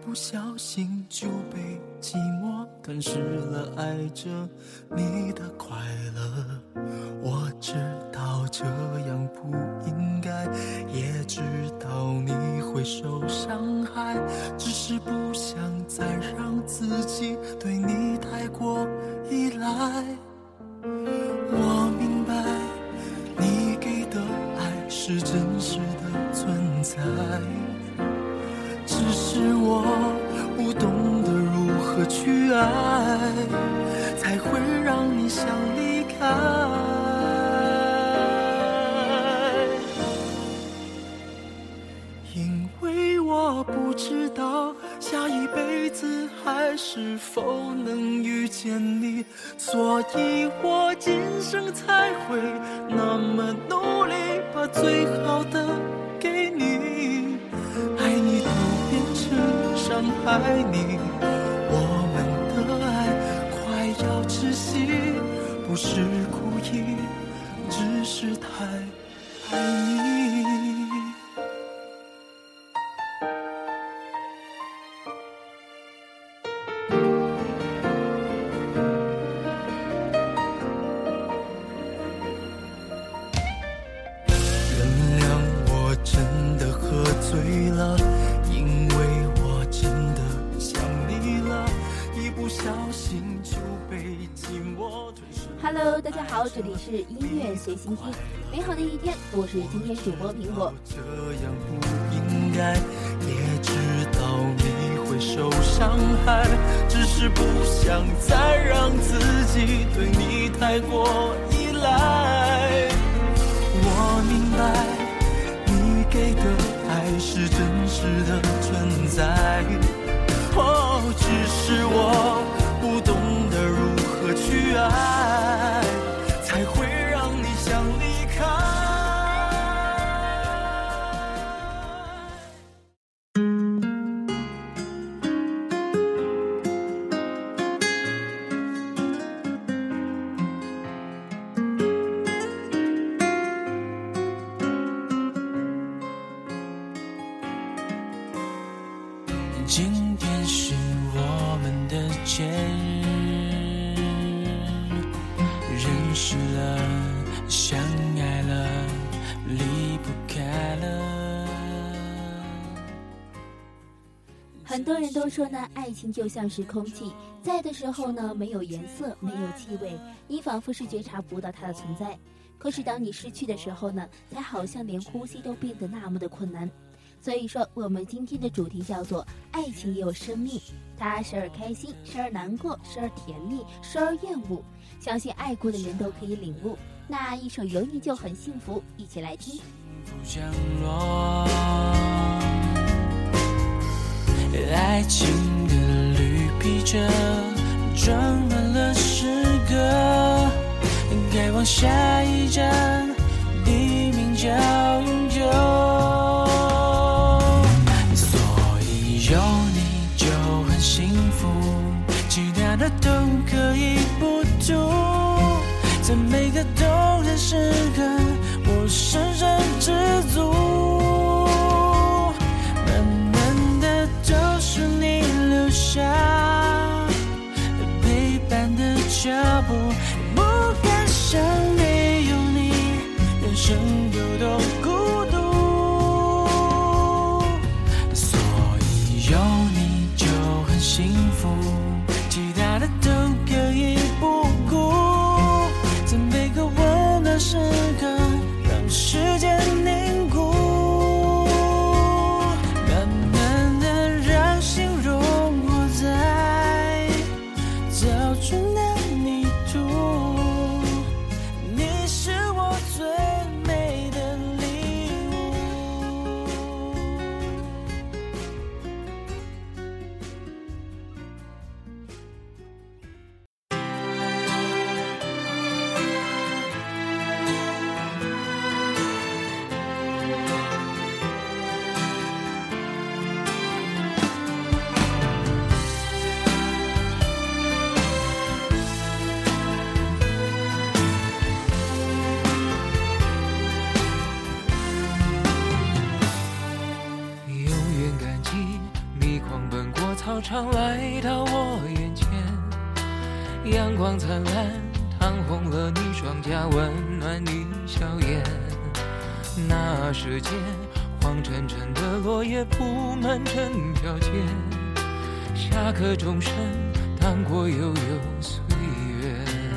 不小心就被寂寞吞噬了爱着你的快乐。我知道这样不应该，也知道你会受伤害，只是不想再让自己对你太过依赖。我明白你给的爱是真实的存在，只是我不懂得如何去爱，才会让你想离开。因为我不知道下一辈子还是否能遇见你，所以我今生才会那么努力，把最好的给你。爱你都变成伤害你，我们的爱快要窒息，不是故意，只是太爱你。醉了，因为我真的想你了，一不小心就被寂寞吞噬。 Hello， 大家好，这里是音乐随心听，美好的一天，我是今天主播苹果。 这样不应该，也知道你会受伤害，只是不想再让自己对你太过依赖。我明白你给的爱是真实的存在，只是我不懂得如何去爱，才会让你想离开。今天是我们的节日，认识了，相爱了，离不开了。 很多人都说呢，爱情就像是空气，在的时候呢，没有颜色，没有气味，你仿佛是觉察不到它的存在。可是当你失去的时候呢，才好像连呼吸都变得那么的困难。所以说我们今天的主题叫做爱情也有生命，它时而开心，时而难过，时而甜蜜，时而厌恶，相信爱过的人都可以领悟。那一首有你就很幸福，一起来听。 降落，爱情的绿皮车装满了诗歌，该往下一站，地名叫永久。有你就很幸福，其他的都可以不读，在每个动人时刻我深深知足，慢慢的都是你留下陪伴的脚步，不敢想没有你人生有多孤独，有你就很幸福，其他的都可以不顾，在每个温暖时刻让时间凝固，慢慢的让心融化在早春的泥土，你是我最美的礼物。 到我眼前，阳光灿烂，烫红了你双颊，温暖你笑颜。那时间，黄澄澄的落叶铺满整条街，下课钟声荡过悠悠岁月。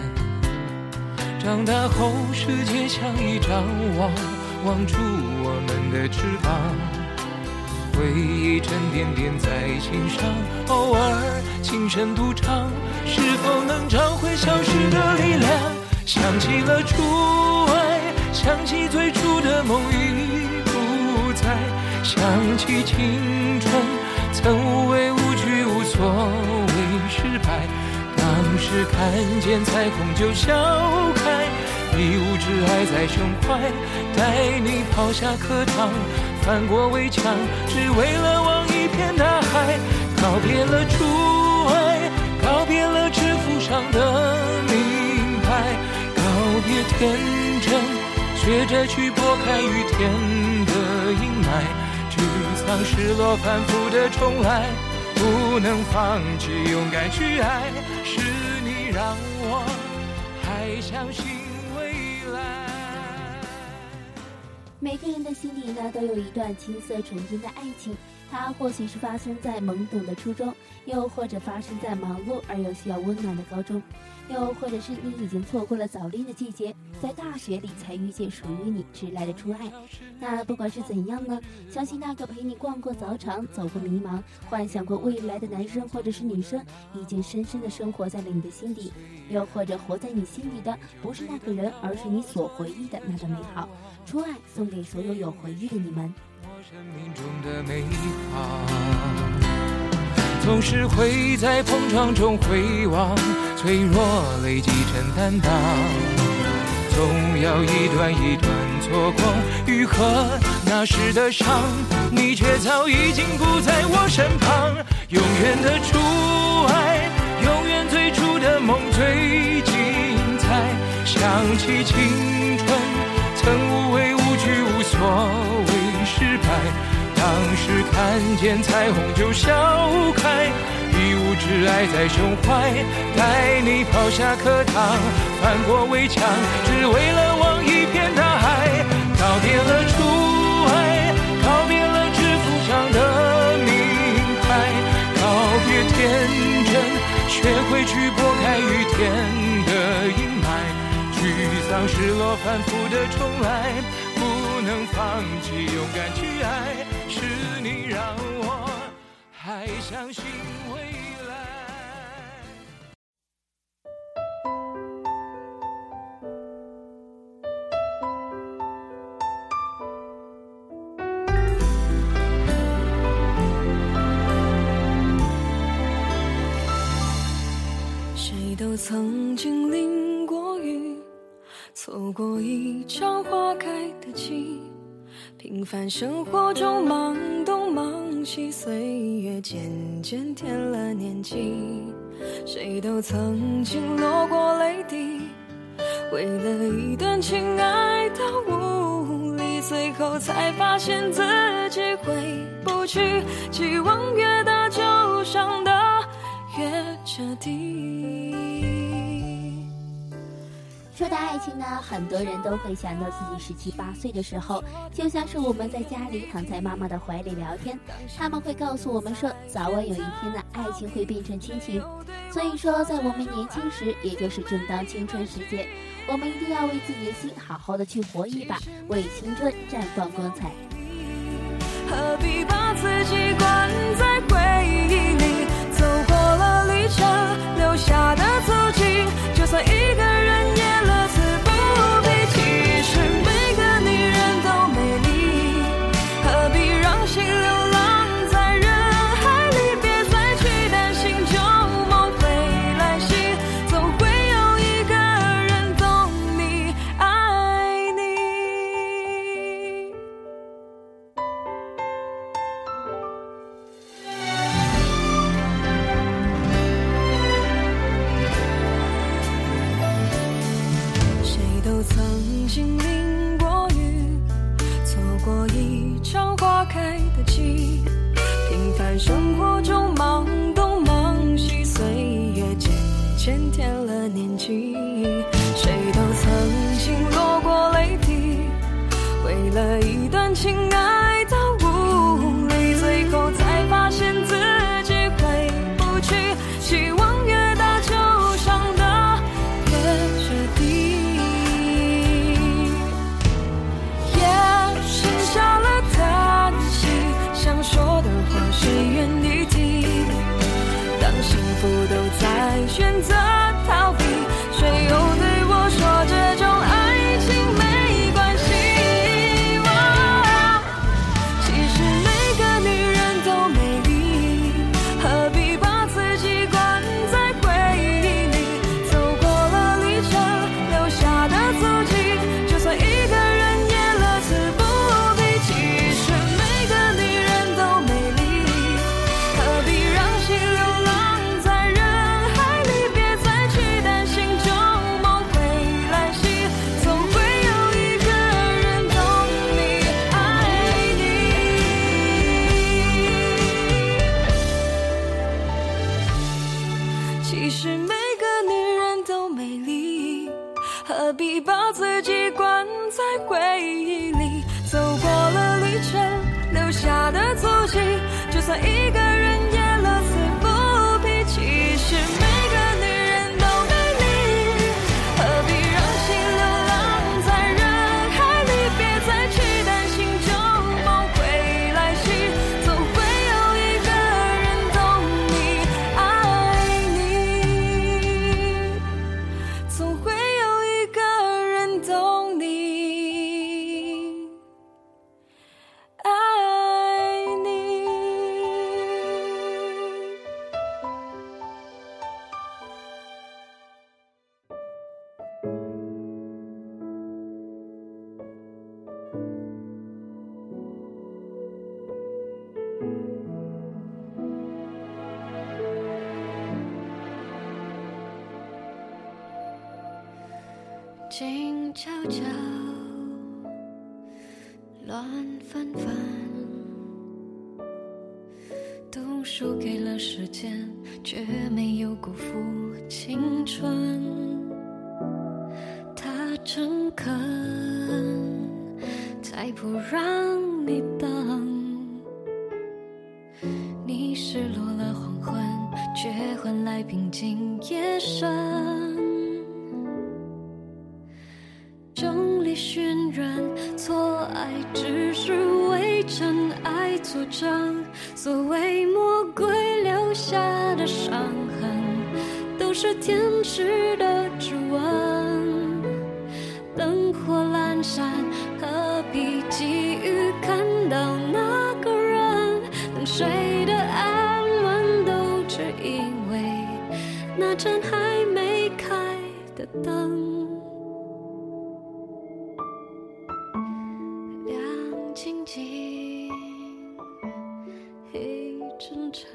长大后，世界像一张网，网住我们的翅膀。回忆沉甸甸在心上，偶尔轻声独唱，是否能找回消失的力量？想起了初爱，想起最初的梦已不在，想起青春曾无畏无惧无所谓失败。当时看见彩虹就笑开，一无挚爱在胸怀，带你跑下课堂，翻过围墙，只为了望一片大海。告别了初爱，告别了制服上的名牌，告别天真，学着去拨开雨天的阴霾。沮丧失落反复的重来，不能放弃，勇敢去爱，是你让我还相信未来。 每个人的心里呢，都有一段青涩纯真的爱情，它或许是发生在懵懂的初中，又或者发生在忙碌而又需要温暖的高中，又或者是你已经错过了早恋的季节，在大学里才遇见属于你迟来的初爱。那不管是怎样呢，相信那个陪你逛过早场，走过迷茫，幻想过未来的男生或者是女生，已经深深的生活在了你的心底。又或者活在你心里的不是那个人，而是你所回忆的那段美好。初爱送给所有有回忆的你们。 我生命中的美好，总是会在碰撞中回望，脆弱累积成担当，总要一段一段错过愈合那时的伤，你却早已经不在我身旁。永远的初爱，永远最初的梦最精彩，想起青春曾无畏无惧无所谓失败，当时看见彩虹就笑开，一无挚爱在胸怀，带你跑下课堂，翻过围墙，只为了望一片大海。告别了初爱，告别了制服上的名牌，告别天真，学会去拨开雨天的阴霾。沮丧失落反复的重来，不能放弃，勇敢去爱，是你让我还相信未来。 谁都曾经淋过雨，错过一场花开的季，平凡生活中忙东忙西，岁月渐渐添了年纪。谁都曾经落过泪滴，为了一段情爱到无力，最后才发现自己回不去，期望越大就伤得越彻底。 说到爱情呢，很多人都会想到自己17、8岁的时候，就像是我们在家里躺在妈妈的怀里聊天，他们会告诉我们说，早晚有一天呢，爱情会变成亲情。所以说，在我们年轻时，也就是正当青春时节，我们一定要为自己的心好好的去活一把，为青春绽放光彩。 何必把自己关在回忆里，走过了旅程留下的足迹，就算一个人也乐此不疲。其实每个女人都美丽，何必让心流浪在人海里，别再去担心旧梦会来袭，总会有一个人懂你爱你。都曾经淋过雨，错过一场花开的季，平凡生活中忙东忙西， 选择逃避，谁又对我说这种爱情没关系？其实每个女人都美丽，何必把自己关在回忆里？走过了旅程留下的足迹，就算一个人也乐此不疲。其实每个女人都美丽，何必让心流浪在人海里？别再去担心，旧梦会来袭，总会有一个人懂你，爱你。其实每个女人都美丽，何必把自己关在回忆里？走过了旅程留下的足迹，就算一个人也乐此不疲。其实每个女人都美丽，何必让心流浪在人海里？别再去担心，旧梦会来袭，总会有一个人懂你，爱你，总会有一个人懂你，爱你。静悄悄，乱纷纷，都输给了时间，却没有辜负青春。他诚恳，才不让你等。你失落了黄昏，却换来平静夜深。众里寻人，错爱只是为真爱作证。所谓魔鬼留下的伤痕，都是天使的指纹。灯火阑珊，何必急于看到那个人？等谁的安稳，都只因为那盏还没开的灯。静静，黑沉沉。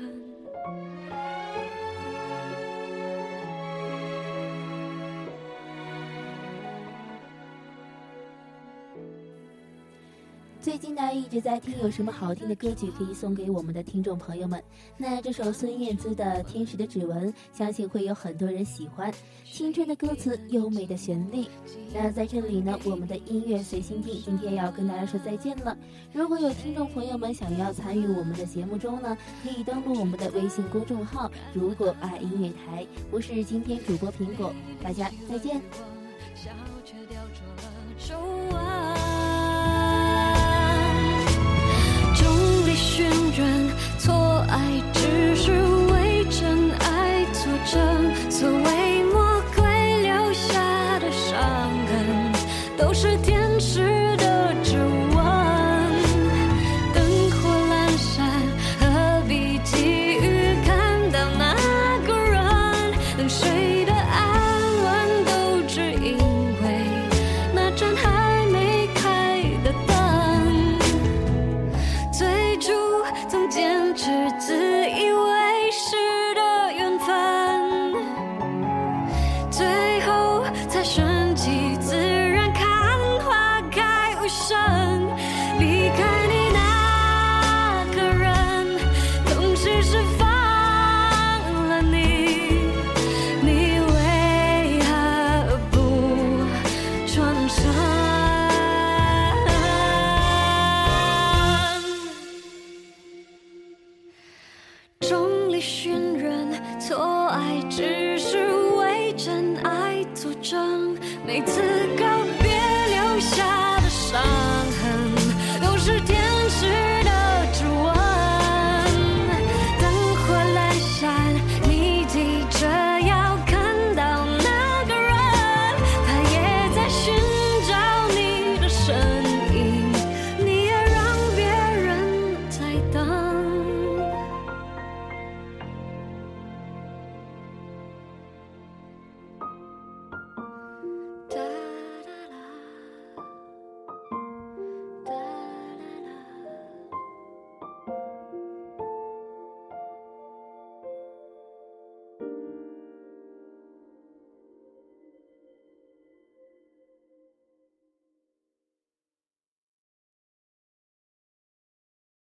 最近呢一直在听有什么好听的歌曲可以送给我们的听众朋友们。那这首孙燕姿的《天使的指纹》相信会有很多人喜欢，青春的歌词，优美的旋律。那在这里呢，我们的音乐随心听今天要跟大家说再见了。如果有听众朋友们想要参与我们的节目中呢，可以登录我们的微信公众号如果爱音乐台，我是今天主播苹果，大家再见。 寻人，错爱只是为真爱作证。所谓魔鬼留下的伤痕，都是天使的指纹。灯火阑珊，何必急于看到那个人？等谁的安稳，都只因为那盏还没开的灯。最初总坚持自以为是的缘分，最后才顺其自然看花开无声。离开你那个人，总只是放了你，你为何不转身？众里寻人，错爱只是为真爱作证。每次